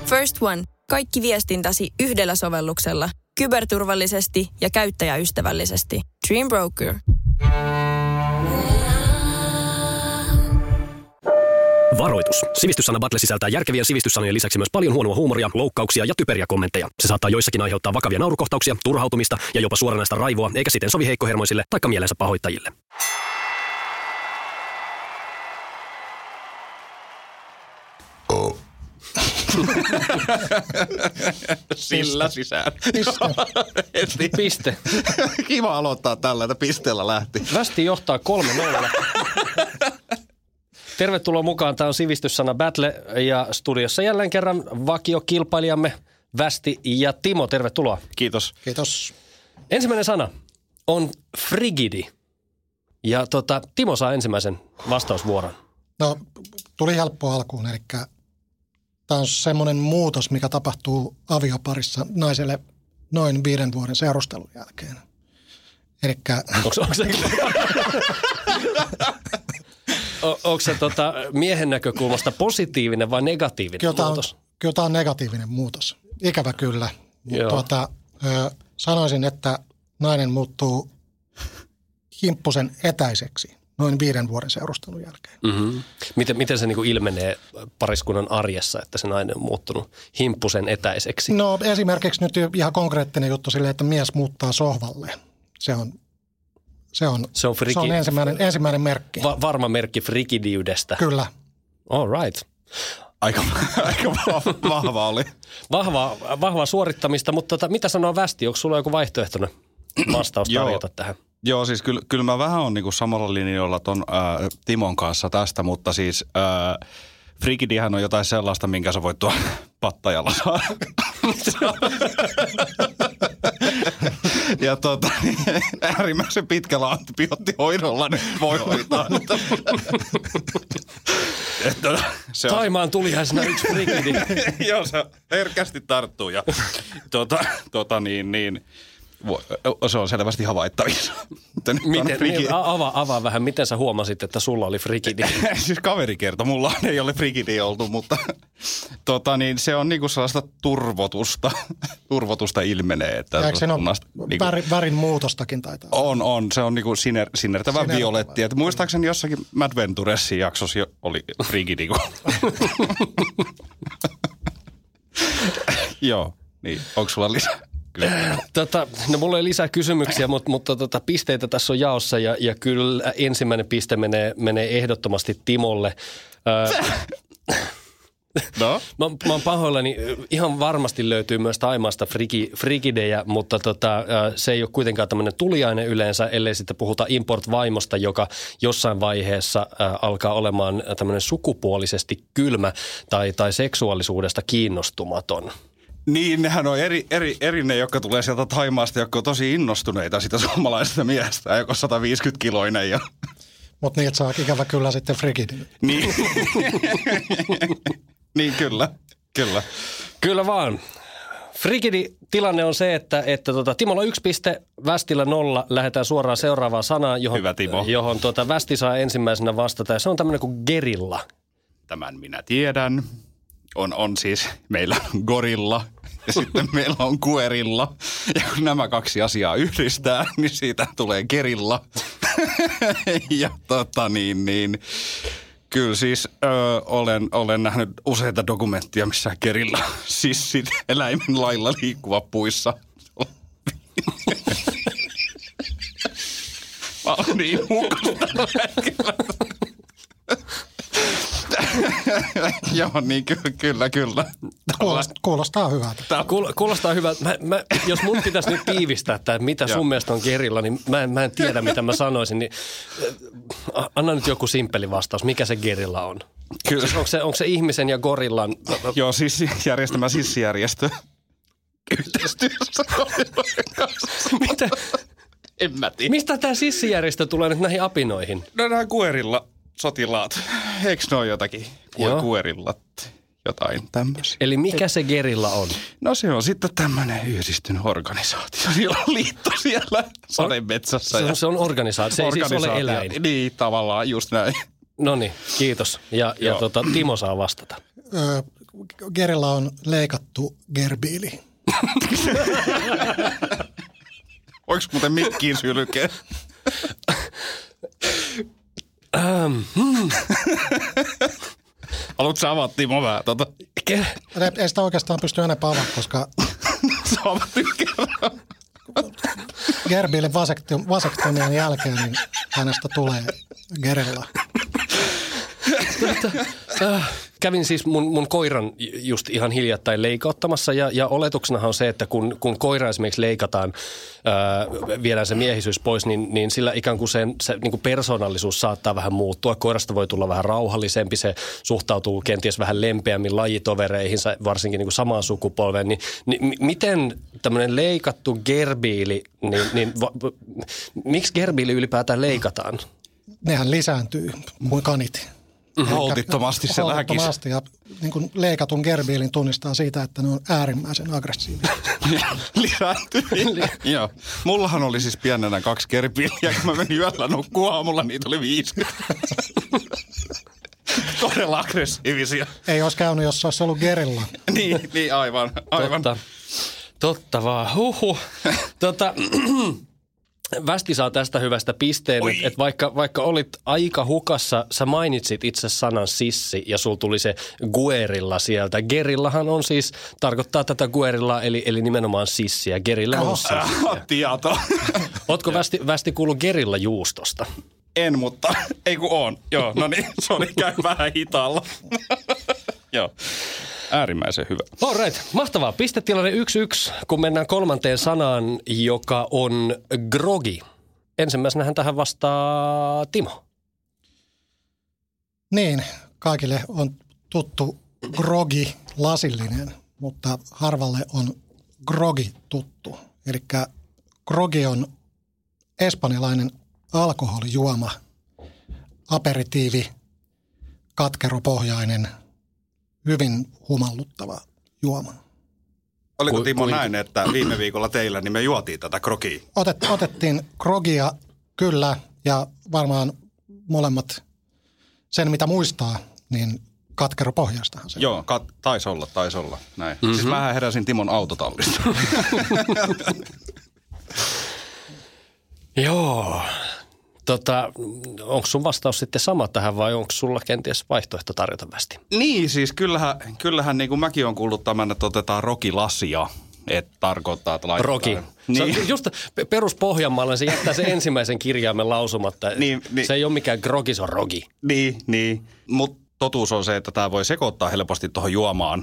First One. Kaikki viestintäsi yhdellä sovelluksella. Kyberturvallisesti ja käyttäjäystävällisesti. Dream Broker. Varoitus. Sivistyssana Battle sisältää järkevien sivistyssanojen lisäksi myös paljon huonoa huumoria, loukkauksia ja typeriä kommentteja. Se saattaa joissakin aiheuttaa vakavia naurukohtauksia, turhautumista ja jopa suoranaista raivoa, eikä siten sovi heikkohermoisille taikka mielensä pahoittajille. Sillä sisään. Piste. Kiva aloittaa tällä, että pisteellä lähti. Västi johtaa 3-0. Tervetuloa mukaan. Tämä on Sivistyssana Battle ja studiossa jälleen kerran vakiokilpailijamme Västi ja Timo. Tervetuloa. Kiitos. Kiitos. Ensimmäinen sana on frigidi. Ja Timo saa ensimmäisen vastausvuoron. No, tuli helppo alkuun, eli tämä on semmoinen muutos, mikä tapahtuu avioparissa naiselle noin 5 vuoden seurustelun jälkeen. Elikkä... Onko se miehen näkökulmasta positiivinen vai negatiivinen muutos? Kyllä tämä on negatiivinen muutos. Ikävä kyllä. Sanoisin, että nainen muuttuu himppusen etäiseksi noin 5 vuoden seurustelun jälkeen. Mm-hmm. Miten se niinku ilmenee pariskunnan arjessa, että se nainen on muuttunut himppusen etäiseksi? No esimerkiksi nyt ihan konkreettinen juttu silleen, että mies muuttaa sohvalle. Se on ensimmäinen merkki. Varma merkki frigidiydestä. Kyllä. All right. Aika vahva oli. Vahvaa suorittamista, mutta mitä sanoo Västi? Onko sulla joku vaihtoehtoinen vastaus tarjota tähän? Joo, siis kyllä mä vähän on niinku samalla linjoilla ton Timon kanssa tästä, mutta siis frigidihän on jotain sellaista, minkä sä voit tuolla pattajalla saada. Ja äärimmäisen pitkällä antibioottihoidolla nyt voi hoitaa. Taimaan tulihaisena yksi frigidi. Joo, se herkästi tarttuu ja se on selvästi havaittavissa. Avaa vähän, miten sä huomasit, että sulla oli frigidi? Siis kaveri kertoi, mulla ei ole frigidi oltu, mutta se on niinku sellaista turvotusta ilmenee. Että eikö sen ole värin muutostakin taitaa? On. Se on niinku sinertävä violetti. Et muistaakseni jossakin Mad Venturesin jaksossa oli frigidi. Joo, niin. Onko sulla lisää? No mulla ei lisää kysymyksiä, mutta pisteitä tässä on jaossa ja kyllä ensimmäinen piste menee ehdottomasti Timolle. No? Mä oon pahoillani, ihan varmasti löytyy myös Taimaasta frigidejä, mutta se ei ole kuitenkaan tämmöinen tuliainen yleensä, ellei sitten puhuta import-vaimosta, joka jossain vaiheessa alkaa olemaan tämmöinen sukupuolisesti kylmä tai seksuaalisuudesta kiinnostumaton. Niin, nehän on eri ne, jotka tulee sieltä Thaimaasta, jotka on tosi innostuneita sitä suomalaisesta miestä, joka on 150-kiloinen. Ja... Mutta niitä saa ikävä kyllä sitten frigidin. Niin. Niin, kyllä. Kyllä vaan. Frigidi-tilanne on se, että Timolla 1 piste, Västillä 0. Lähdetään suoraan seuraavaan sanaan, johon Västi saa ensimmäisenä vastata. Ja se on tämmöinen kuin gerilla. Tämän minä tiedän. On siis, meillä on gorilla ja sitten meillä on kuerilla. Ja kun nämä 2 asiaa yhdistää, niin siitä tulee gerilla. Ja kyllä siis olen nähnyt useita dokumentteja, missä gerilla sissit eläimen lailla liikkuvat puissa. Mä olen niin mukaan hetkellä. Joo, niin kyllä. Kuulostaa hyvältä. Kuulostaa hyvältä. Jos mun pitäisi nyt tiivistää, että mitä sun mielestä on gerilla, niin mä en tiedä, mitä mä sanoisin. Niin, anna nyt joku simppeli vastaus. Mikä se gerilla on? Kyllä. Onko se ihmisen ja gorillan? Joo, siis järjestämä sissijärjestö. Yhteistyössä. Mitä? En mä tiedä. Mistä tämä sissijärjestö tulee nyt näihin apinoihin? No nämä kuerilla sotilaat. Eikö ne ole jotakin kuerillat? Jotain tämmöisiä. Eli mikä se gerilla on? No se on sitten tämmöinen yhdistynyt organisaatio. Siellä on liitto siellä sademetsässä. Se on organisaatio, se ei siis ole eläin. Niin, tavallaan just näin. No niin, kiitos. Ja Timo saa vastata. Gerillä on leikattu gerbiili. Oliko muuten mikkiin sylkeä? Haluatko sä avaa, Timo, vähän Ei sitä oikeastaan pysty enempää avaamaan, koska sä avaat kerran. gerbiilin vasektomian jälkeen niin hänestä tulee Gerilla. Kävin siis mun koiran just ihan hiljattain leikauttamassa ja oletuksenahan on se, että kun koira esimerkiksi leikataan, viedään se miehisyys pois, niin sillä ikään kuin se niin kuin persoonallisuus saattaa vähän muuttua. Koirasta voi tulla vähän rauhallisempi, se suhtautuu kenties vähän lempeämmin lajitovereihinsa, varsinkin niin kuin samaan sukupolveen. Niin miten tämmöinen leikattu gerbiili, miksi gerbiili ylipäätään leikataan? Nehän lisääntyy kuin kanit. Holtittomasti se lähkisi. Holtittomasti ja niin kuin leikatun gerbiilin tunnistaa siitä, että ne on äärimmäisen aggressiivisia. Lisääntyy. Joo. Mullahan oli siis pienenä 2 gerbiiliä, kun mä menin yöllä nukkua aamulla, niitä oli 50. Todella aggressiivisia. Ei olisi käynyt, jos olisi ollut Gerilla. niin aivan. Totta vaan. Västi saa tästä hyvästä pisteen, että vaikka olit aika hukassa, sä mainitsit itse sanan sissi ja sul tuli se guerilla sieltä. Gerillahan on siis, tarkoittaa tätä guerillaa eli nimenomaan sissiä. Gerillä on sissiä. Tieto. Ootko Västi kuullut gerilla juustosta? En, mutta ei kun on. Joo, no niin, Soni käy vähän hitaalla. Joo. Äärimmäisen hyvä. All right, mahtavaa. Pistetilanne 1-1, kun mennään 3. sanaan, joka on grogi. Ensimmäisenähän tähän vastaa Timo. Niin, kaikille on tuttu grogi, lasillinen, mutta harvalle on grogi tuttu. Eli grogi on espanjalainen alkoholijuoma, aperitiivi, katkeropohjainen, hyvin humalluttava juoma. Oliko Timo näin, että viime viikolla teillä niin me juotiin tätä grogia? Otettiin grogia, kyllä, ja varmaan molemmat sen, mitä muistaa, niin katkeropohjaistahan se. Joo, taisi olla, näin. Mm-hmm. Siis mähän heräsin Timon autotallista. Joo. Onko sun vastaus sitten sama tähän vai onko sulla kenties vaihtoehto tarjota Västi? Niin, siis kyllähän niin kuin mäkin olen kuullut tämän, että otetaan rokilasia, että tarkoittaa, että laitetaan. Roki. Niin. Se just perus-Pohjanmaalla se jättää sen ensimmäisen kirjaimen lausumatta. niin. Se ei ole mikään grogi, se on rogi. Niin. Mutta totuus on se, että tämä voi sekoittaa helposti tuohon juomaan.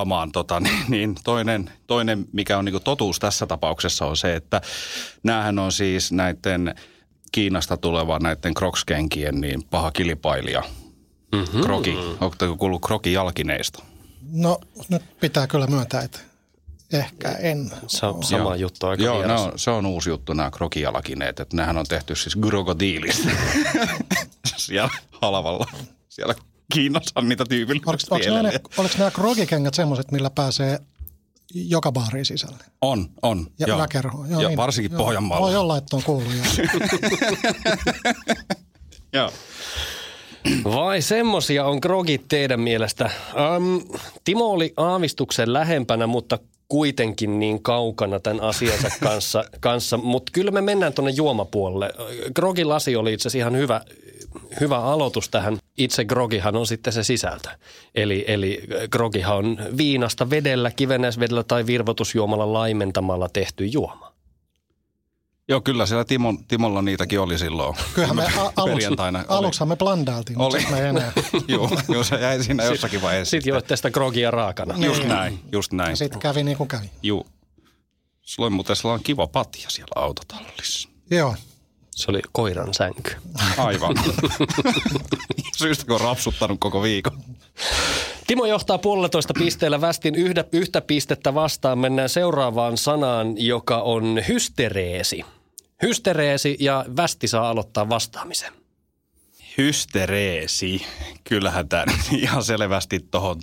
Toinen, mikä on niin kuin totuus tässä tapauksessa on se, että näähän on siis näiden Kiinasta tuleva näiden Crocs-kenkien niin paha kilpailija. Mm-hmm. Crogi. Oletko kuullut Crogi-jalkineista? No, nyt pitää kyllä myöntää, että ehkä en. Se on sama juttu aika vieras. Joo, se on uusi juttu nämä Crogi-jalkineet, että nehän on tehty siis krokotiilista siellä halvalla. Siellä Kiinassa on niitä tyypillisesti. Oliko nämä Crogi-kengät semmoiset, millä pääsee joka baariin sisälle? On. Ja väkerhoon. Joo, niin, varsinkin Pohjanmaalla. Voi olla, että on kuullut jo. Joo. Vai semmosia on grogit teidän mielestä? Timo oli aavistuksen lähempänä, mutta kuitenkin niin kaukana tämän asiansa kanssa. Mutta kyllä me mennään tuonne juomapuolelle. Grogilasi oli itse asiassa ihan hyvä aloitus tähän. Itse grogihan on sitten se sisältö. Eli grogihan on viinasta vedellä, kivennäisvedellä tai virvoitusjuomalla laimentamalla tehty juoma. Joo, kyllä siellä Timolla niitäkin oli silloin. Kyllähän me aluksihan me blandailtiin, mutta sitten me ei enää. Joo, se jäi siinä jossakin vaiheessa. Sitten joitte sitä grogia raakana. Just näin. Ja sitten kävi niin kuin kävi. Joo. Sulla on kiva patja siellä autotallissa. Joo. Se oli koiran sänky. Aivan. Syystä, kun on rapsuttanut koko viikon. Timo johtaa 1,5 pisteellä, Västin yhtä pistettä vastaan. Mennään seuraavaan sanaan, joka on hystereesi. Hystereesi ja Västi saa aloittaa vastaamisen. Hystereesi. Kyllähän tämä ihan selvästi tuohon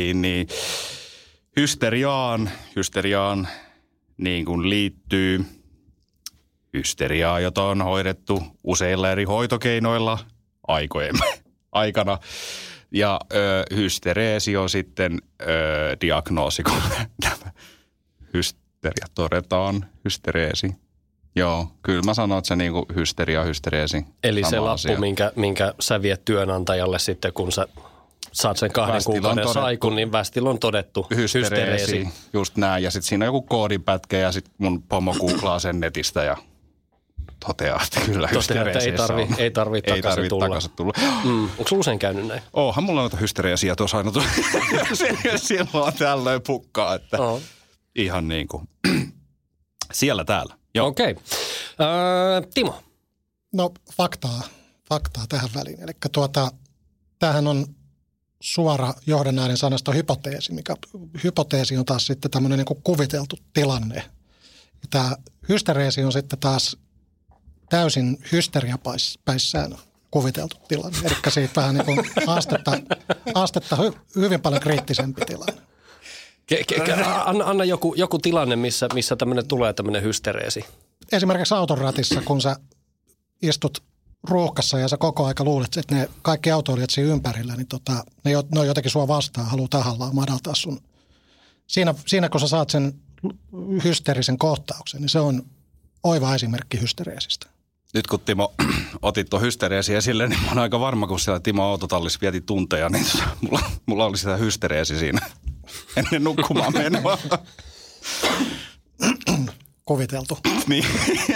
hysteriaan niin kuin liittyy hysteriaa, jota on hoidettu useilla eri hoitokeinoilla aikana. Ja hystereesi on sitten diagnoosi, kun hysteria todetaan, hystereesi. Joo, kyllä mä sanon, että se niinku hystereesi. Eli se lappu, asia. minkä sä viet työnantajalle sitten, kun sä saat sen 2 kuukauden saikun, niin västillä on todettu hystereesi. Just näin, ja sitten siinä on joku koodinpätkä ja sitten mun pomo googlaa sen netistä ja toteaa, että kyllä hystereesi on. Ei tarvitse takaisin tulla. Onko sulla usein käynyt näin? Onhan mulla noita hystereesiä tuossa aina silloin tällöin pukkaa, että ihan niin kuin siellä täällä. Okei. Timo. No faktaa tähän väliin. Eli tämähän on suora johdannainen sanasta hypoteesi, mikä hypoteesi on taas sitten tämmöinen niin kuin kuviteltu tilanne. Ja tämä hystereesi on sitten taas täysin hysteriapäissään kuviteltu tilanne. Eli siitä vähän niin kuin astetta hyvin paljon kriittisempi tilanne. Anna joku tilanne, missä tämmöinen hystereesi. Esimerkiksi auton ratissa, kun sä istut ruuhkassa ja sä koko aika luulet, että ne kaikki autoilijat siinä ympärillä, niin ne on jotenkin sua vastaan, haluaa tahallaan madaltaa sun. Siinä kun sä saat sen hysteerisen kohtauksen, niin se on oiva esimerkki hystereesistä. Nyt kun Timo otit tuon hystereesi esille, niin mä oon aika varma, kun siellä Timo autotallissa vieti tunteja, niin mulla oli sitä hystereesi siinä ennen nukkumaan menoa. Kuviteltu. Niin.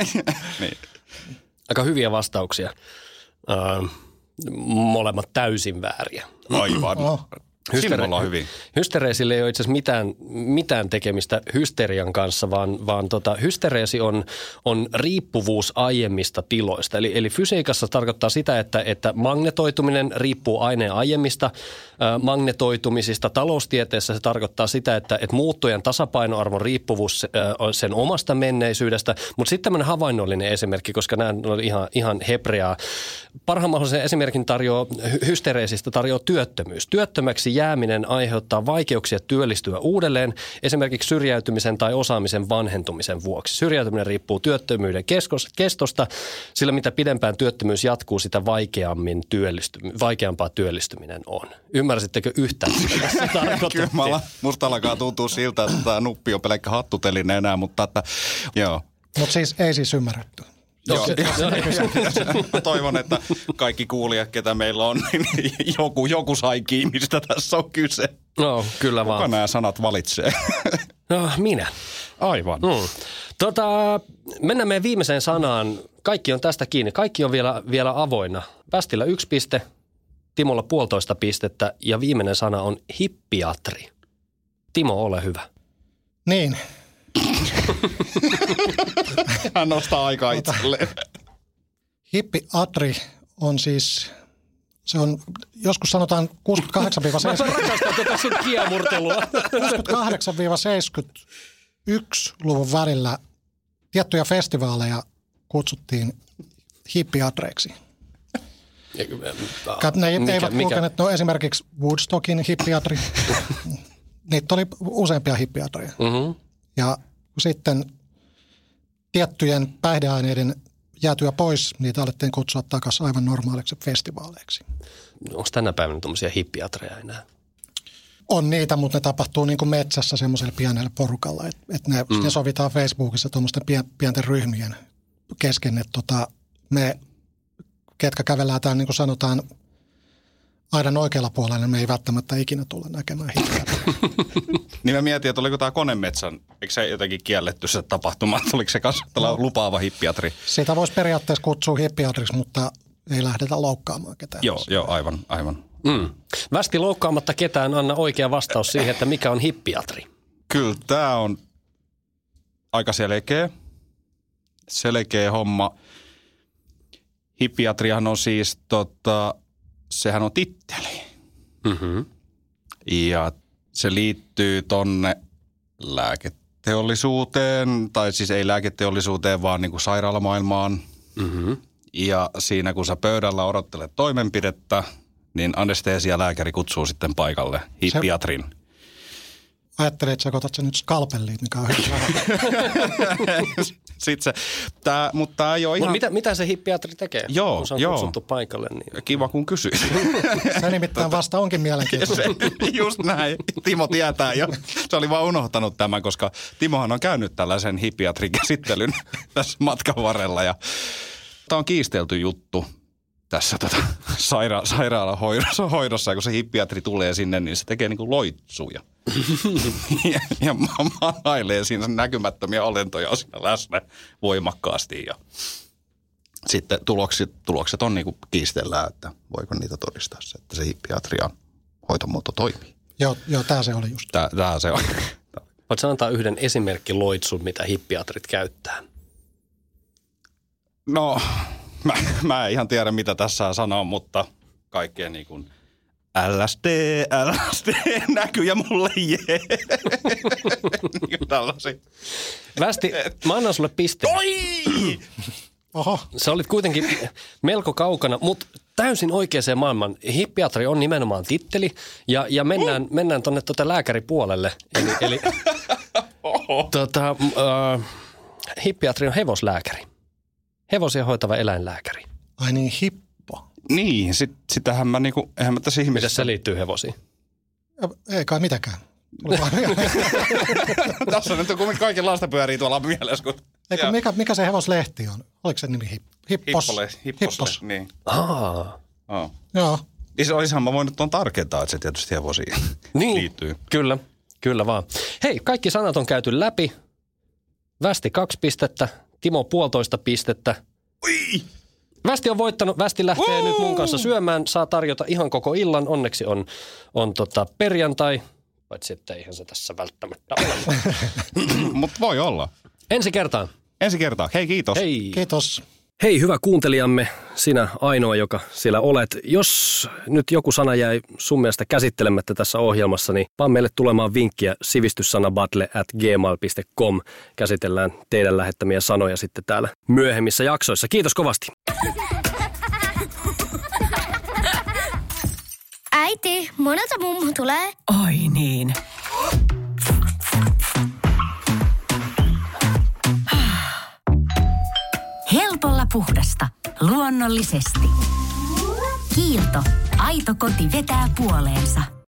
Aika hyviä vastauksia. Molemmat täysin vääriä. Aivan. Silloin on hyvin. Hystereesillä ei ole itse asiassa mitään tekemistä hysterian kanssa, vaan hystereesi on riippuvuus aiemmista tiloista. Eli fysiikassa tarkoittaa sitä, että magnetoituminen riippuu aineen aiemmista magnetoitumisista. Taloustieteessä se tarkoittaa sitä, että muuttujan tasapainoarvon riippuvuus sen omasta menneisyydestä. Mutta sitten tämmöinen havainnollinen esimerkki, koska nämä on ihan hebreaa. Parhaan mahdollisen esimerkin hystereesistä tarjoaa työttömyys. Työttömäksi jääminen aiheuttaa vaikeuksia työllistyä uudelleen, esimerkiksi syrjäytymisen tai osaamisen vanhentumisen vuoksi. Syrjäytyminen riippuu työttömyyden kestosta, sillä mitä pidempään työttömyys jatkuu, sitä vaikeampaa työllistyminen on. Ymmärsittekö yhtään, mitä se tarkoitti? Kyllä musta alkaa tuntua siltä, että tämä nuppi on pelkkä hattuteline enää, mutta joo. Mutta siis ei ymmärretty. Joo. Mä toivon, että kaikki kuulijat, ketä meillä on, niin joku sai kiinni, mistä tässä on kyse. No, kyllä vaan. Kuka nämä sanat valitsee? No, minä. Aivan. Mennään meidän viimeiseen sanaan. Kaikki on tästä kiinni. Kaikki on vielä avoinna. Västillä 1 piste, Timolla 1,5 pistettä ja viimeinen sana on hippiatri. Timo, ole hyvä. Niin. Hän nostaa aikaa itselleen. Hippiatri on siis, se on joskus sanotaan 68-70. Mä rakastan tätä sun kiemurtelua. 68-71-luvun välillä tiettyjä festivaaleja kutsuttiin hippiatreiksi. Ne eivät kulkeneet, no esimerkiksi Woodstockin hippiatri. Niitä oli useampia hippiatreja. Mm-hmm. Ja sitten tiettyjen päihdeaineiden jäätyä pois, niitä alettiin kutsua takaisin aivan normaaliksi festivaaleiksi. Onko tänä päivänä tuommoisia hippiatreja enää? On niitä, mutta ne tapahtuu niin kuin metsässä semmoisella pienellä porukalla. Että ne sovitaan Facebookissa tuommoisten pienten ryhmien kesken. Että me, ketkä kävellään tämän, niin kuin sanotaan, aidan oikealla puolella, niin me ei välttämättä ikinä tulla näkemään hippiatreja. Niin mä mietin, että oliko tämä Konemetsän, eikö se jotenkin kielletty se tapahtuma, oliko se kanssa lupaava hippiatri? Sitä voisi periaatteessa kutsua hippiatriksi, mutta ei lähdetä loukkaamaan ketään. Joo, aivan. Västi loukkaamatta ketään, anna oikea vastaus siihen, että mikä on hippiatri. Kyllä tämä on aika selkeä homma. Hippiatriahan on siis sehän on titteli. Mm-hmm. Ja se liittyy tonne lääketeollisuuteen, tai siis ei lääketeollisuuteen, vaan niin kuin sairaalamaailmaan. Mm-hmm. Ja siinä kun sä pöydällä odottelet toimenpidettä, niin anestesialääkäri kutsuu sitten paikalle hippiatrin. Ajattelet, että sä kotat sen nyt skalpelliin, mikä on hyvä. Sitten mutta tämä ei ole ihan... Mitä se hippiatri tekee? Joo, kun se on kutsuttu paikalle. Niin... Kiva, kun kysyit. Se nimittäin vasta onkin mielenkiintoinen. Just näin. Timo tietää jo. Se oli vaan unohtanut tämän, koska Timohan on käynyt tällaisen hippiatrikäsittelyn tässä matkan varrella. Ja tämä on kiistelty juttu tässä sairaalahoidossa. Ja kun se hippiatri tulee sinne, niin se tekee niin kuin loitsuja. ja maailee siinä näkymättömiä olentoja siinä läsnä voimakkaasti. Ja sitten tulokset on niin kuin kiistellään, että voiko niitä todistaa se, että se hippiatrian hoitomuoto toimii. Joo, tämä se oli just. Tämä se on. Voitko antaa yhden esimerkkiloitsun, mitä hippiatrit käyttää? No, mä en ihan tiedä, mitä tässä sanoo, mutta kaikkea niin kuin LSD näkyy ja mulle jee. Niin tällaisia. Västi, mä annan sulle pisteen. Oho. Sä olit kuitenkin melko kaukana, mutta täysin oikeaan maailman. Hippiatri on nimenomaan titteli ja mennään tonne lääkäripuolelle. Eli hippiatri on hevoslääkäri. Hevosia hoitava eläinlääkäri. Ai niin, hippo. Niin, sitähän mä niinku, eihän mä tässä ihmisessä... Miten se liittyy hevosiin? Ei kai mitäkään. Tässä nyt on kaikenlaista pyörii tuolla mielessä. Eikö, mikä se hevoslehti on? Oliko se nimi Hippos? Hippos, niin. Joo. Olisihan mä voinut tuon tarkentaa, että se tietysti hevosiin liittyy. Kyllä vaan. Hei, kaikki sanat on käyty läpi. Västi 2 pistettä, Timo 1,5 pistettä. Ui! Västi on voittanut. Västi lähtee nyt mun kanssa syömään. Saa tarjota ihan koko illan. Onneksi on perjantai. Paitsi että eihän se tässä välttämättä ole. Mutta voi olla. Ensi kertaan. Hei, kiitos. Hei. Kiitos. Hei, hyvä kuuntelijamme, sinä ainoa, joka siellä olet. Jos nyt joku sana jäi sun mielestä käsittelemättä tässä ohjelmassa, niin vaan meille tulemaan vinkkiä sivistyssanabattle@gmail.com. Käsitellään teidän lähettämiä sanoja sitten täällä myöhemmissä jaksoissa. Kiitos kovasti. Äiti, monelta mummu tulee? Oi niin. Helpolla puhdasta. Luonnollisesti. Kiilto. Aito koti vetää puoleensa.